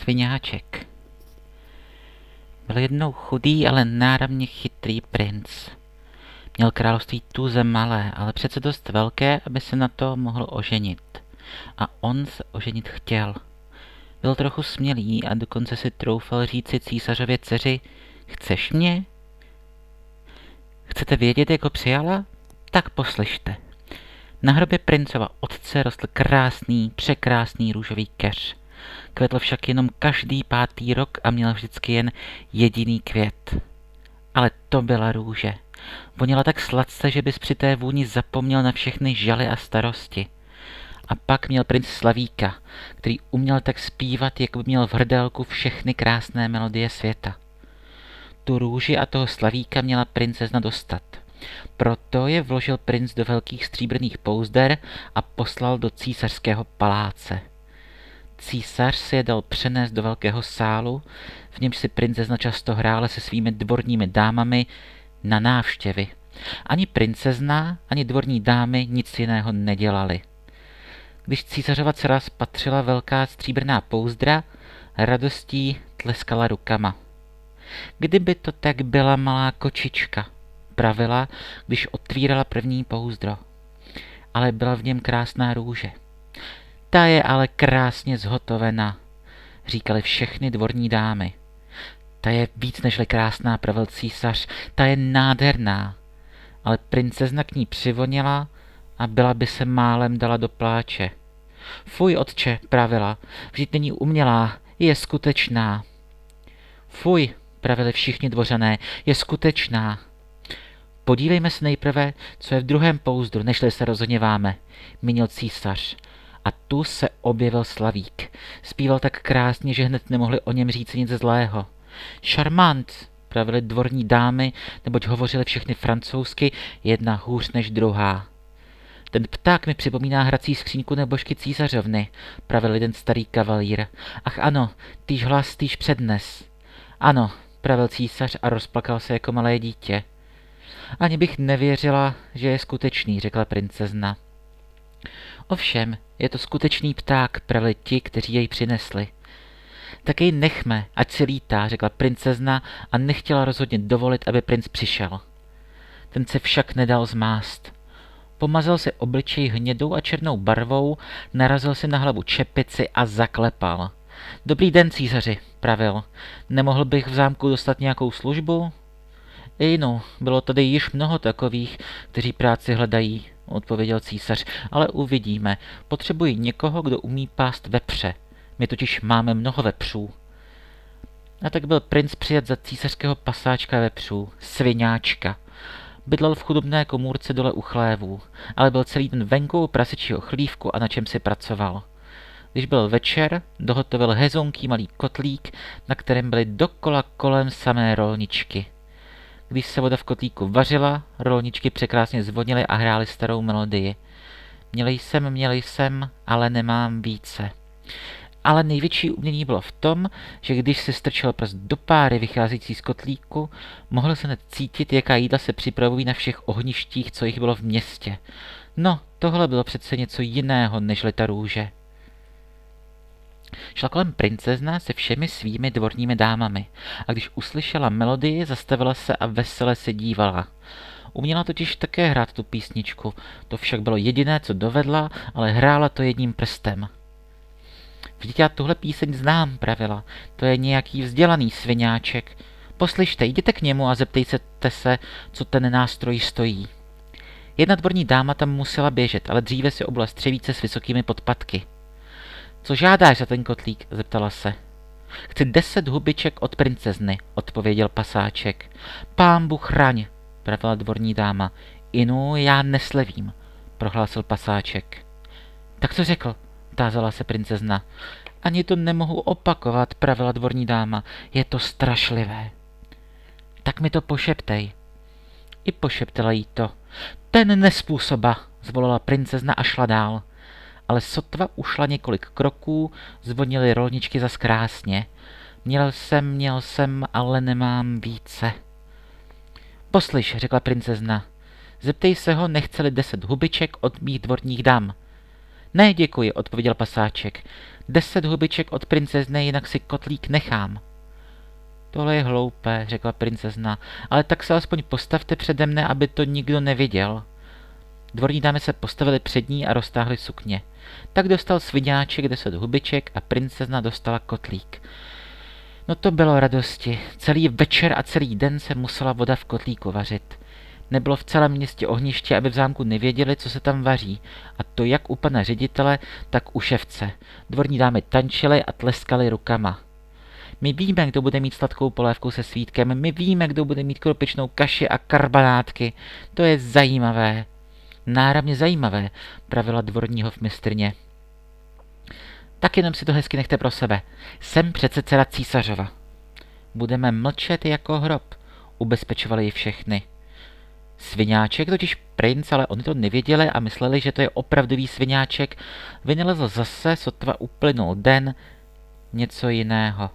sviňáček. Byl jednou chudý, ale náramně chytrý princ. Měl království tuze malé, ale přece dost velké, aby se na to mohl oženit. A on se oženit chtěl. Byl trochu smělý a dokonce si troufal říci císařově dceři: Chceš mě? Chcete vědět, jak ho přijala? Tak poslyšte. Na hrobě princova otce rostl krásný, překrásný růžový keř. Kvetl však jenom každý 5. rok a měl vždycky jen jediný květ. Ale to byla růže. Voněla tak sladce, že bys při té vůni zapomněl na všechny žaly a starosti. A pak měl princ Slavíka, který uměl tak zpívat, jako by měl v hrdelku všechny krásné melodie světa. Tu růži a toho Slavíka měla princezna dostat. Proto je vložil princ do velkých stříbrných pouzder a poslal do císařského paláce. Císař si je dal přenést do velkého sálu, v němž si princezna často hrála se svými dvorními dámami na návštěvy. Ani princezna, ani dvorní dámy nic jiného nedělali. Když císařova dcera spatřila velká stříbrná pouzdra, radostí tleskala rukama. Kdyby to tak byla malá kočička, pravila, když otvírala první pouzdro. Ale byla v něm krásná růže. Ta je ale krásně zhotovena, říkali všechny dvorní dámy. Ta je víc nežli krásná, pravil císař, ta je nádherná. Ale princezna k ní přivonila a byla by se málem dala do pláče. Fuj, otče, pravila, vždyť není umělá, je skutečná. Fuj, pravili všichni dvořané, je skutečná. Podívejme se nejprve, co je v druhém pouzdru, nežli se rozhněváme, mínil císař. A tu se objevil Slavík. Zpíval tak krásně, že hned nemohli o něm říct nic zlého. Šarmant, pravili dvorní dámy, neboť hovořili všechny francouzsky, jedna hůř než druhá. Ten pták mi připomíná hrací skříňku nebožky císařovny, pravil jeden starý kavalír. Ach ano, týž hlas, týž přednes. Ano, pravil císař a rozplakal se jako malé dítě. Ani bych nevěřila, že je skutečný, řekla princezna. Ovšem, je to skutečný pták, pravili ti, kteří jej přinesli. Tak jej nechme, ať si lítá, řekla princezna a nechtěla rozhodně dovolit, aby princ přišel. Ten se však nedal zmást. Pomazal si obličej hnědou a černou barvou, narazil si na hlavu čepici a zaklepal. Dobrý den, císaři, pravil. Nemohl bych v zámku dostat nějakou službu? No, bylo tady již mnoho takových, kteří práci hledají, odpověděl císař, ale uvidíme. Potřebuji někoho, kdo umí pást vepře. My totiž máme mnoho vepřů. A tak byl princ přijat za císařského pasáčka vepřů, sviňáčka. Bydlel v chudobné komůrce dole u chlévů, ale byl celý den venku u prasečího chlívku a na čem si pracoval. Když byl večer, dohotovil hezonký malý kotlík, na kterém byly dokola kolem samé rolničky. Když se voda v kotlíku vařila, rolničky překrásně zvonily a hrály starou melodii. Měl jsem, ale nemám více. Ale největší umění bylo v tom, že když se strčil prst do páry vycházející z kotlíku, mohl se hned cítit, jaká jídla se připravují na všech ohništích, co jich bylo v městě. No, tohle bylo přece něco jiného, nežli ta růže. Šla kolem princezna se všemi svými dvorními dámami a když uslyšela melodii, zastavila se a vesele se dívala. Uměla totiž také hrát tu písničku, to však bylo jediné, co dovedla, ale hrála to jedním prstem. Vždyť já tuhle píseň znám, pravila, to je nějaký vzdělaný sviňáček. Poslyšte, jděte k němu a zeptejte se, co ten nástroj stojí. Jedna dvorní dáma tam musela běžet, ale dříve si obula střevíce s vysokými podpatky. Co žádáš za ten kotlík? Zeptala se. Chci 10 hubiček od princezny, odpověděl pasáček. Pán Bůh chraň, pravila dvorní dáma. Inu, já neslevím, prohlásil pasáček. Tak co řekl? Tázala se princezna. Ani to nemohu opakovat, pravila dvorní dáma. Je to strašlivé. Tak mi to pošeptej. I pošeptala jí to. Ten nespůsoba, zvolila princezna a šla dál. Ale sotva ušla několik kroků, zvonily rolničky zas krásně. Měl jsem, ale nemám více. Poslyš, řekla princezna. Zeptej se ho, nechce-li 10 hubiček od mých dvorních dam. Ne, děkuji, odpověděl pasáček. 10 hubiček od princezny, jinak si kotlík nechám. Tohle je hloupé, řekla princezna, ale tak se aspoň postavte přede mne, aby to nikdo neviděl. Dvorní dámy se postavily před ní a roztáhly sukně. Tak dostal sviňáček 10 hubiček a princezna dostala kotlík. No to bylo radosti. Celý večer a celý den se musela voda v kotlíku vařit. Nebylo v celém městě ohniště, aby v zámku nevěděli, co se tam vaří. A to jak u pana ředitele, tak u ševce. Dvorní dámy tančily a tleskaly rukama. My víme, kdo bude mít sladkou polévku se svítkem, my víme, kdo bude mít kropičnou kaši a karbanátky. To je zajímavé. Náramně zajímavé, pravila dvorní hofmistrně. Tak jenom si to hezky nechte pro sebe. Jsem přece dcera císařova. Budeme mlčet jako hrob, ubezpečovali ji všechny. Sviňáček, totiž princ, ale oni to nevěděli a mysleli, že to je opravdový sviňáček, vynalezl zase, sotva uplynul den, něco jiného.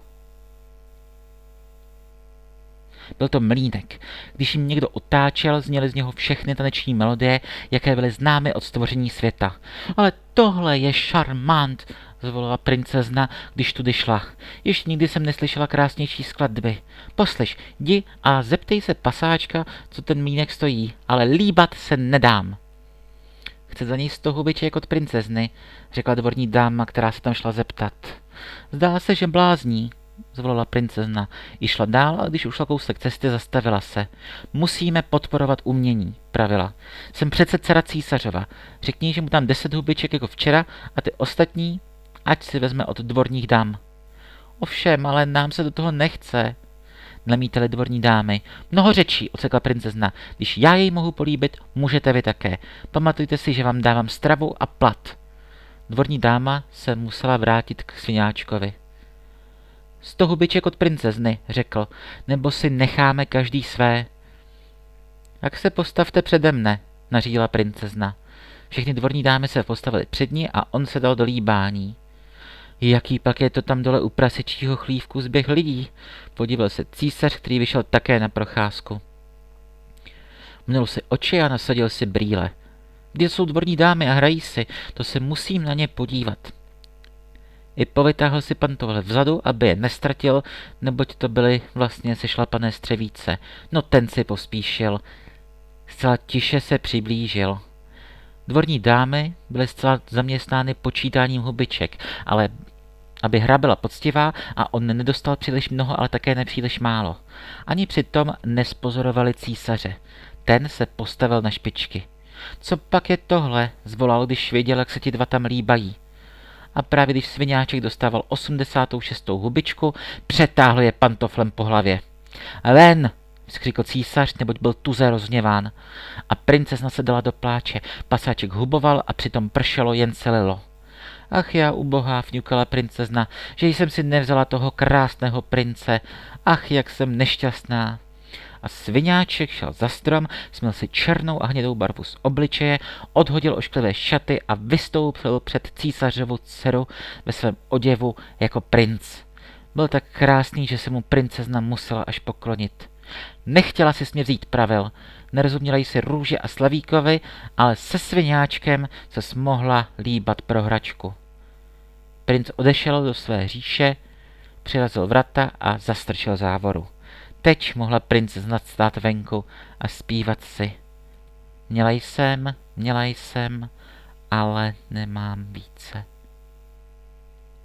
Byl to mlýnek. Když jim někdo otáčel, zněly z něho všechny taneční melodie, jaké byly známy od stvoření světa. Ale tohle je šarmant, zvolila princezna, když tudy šla. Ještě nikdy jsem neslyšela krásnější skladby. Poslyš, jdi a zeptej se pasáčka, co ten mlýnek stojí, ale líbat se nedám. Chce za něj 100 hubiček od princezny, řekla dvorní dáma, která se tam šla zeptat. Zdá se, že blázní, zvolila princezna. I šla dál a když ušla kousek cesty, zastavila se. Musíme podporovat umění, pravila. Jsem přece dcera císařova. Řekni, že mu dám 10 hubiček jako včera a ty ostatní, ať si vezme od dvorních dám. Ovšem, ale nám se do toho nechce, nemítali dvorní dámy. Mnoho řečí, ocekla princezna. Když já jej mohu políbit, můžete vy také. Pamatujte si, že vám dávám stravu a plat. Dvorní dáma se musela vrátit k sviňáčkovi. 100 hubiček od princezny, řekl, nebo si necháme každý své. Tak se postavte přede mne, nařídila princezna. Všechny dvorní dámy se postavily před ní a on se dal do líbání. Jaký pak je to tam dole u prasečího chlívku zběh lidí, podíval se císař, který vyšel také na procházku. Mnul si oči a nasadil si brýle. Kde jsou dvorní dámy a hrají si, to se musím na ně podívat. I povytáhl si pantofle vzadu, aby je nestratil, neboť to byly vlastně sešlapané střevíce. No ten si pospíšil. Zcela tiše se přiblížil. Dvorní dámy byly zcela zaměstnány počítáním hubiček, ale aby hra byla poctivá a on nedostal příliš mnoho, ale také nepříliš málo. Ani přitom nespozorovali císaře. Ten se postavil na špičky. Co pak je tohle, zvolal, když věděl, jak se ti dva tam líbají. A právě když sviňáček dostával 86. hubičku, přetáhl je pantoflem po hlavě. Ven, vzkřikl císař, neboť byl tuze rozhněván. A princezna se dala do pláče, pasáček huboval a přitom pršelo, jen se lilo. Ach já ubohá, fňukala princezna, že jsem si nevzala toho krásného prince. Ach, jak jsem nešťastná. A sviňáček šel za strom, smyl si černou a hnědou barvu z obličeje, odhodil ošklivé šaty a vystoupil před císařovu dceru ve svém oděvu jako princ. Byl tak krásný, že se mu princezna musela až poklonit. Nechtěla si smě vzít pravel, nerozuměla jí si růže a slavíkovi, ale se sviňáčkem se smohla líbat pro hračku. Princ odešel do své říše, přirazil vrata a zastrčil závoru. Teď mohla princezna stát venku a zpívat si. Měla jsem, ale nemám více.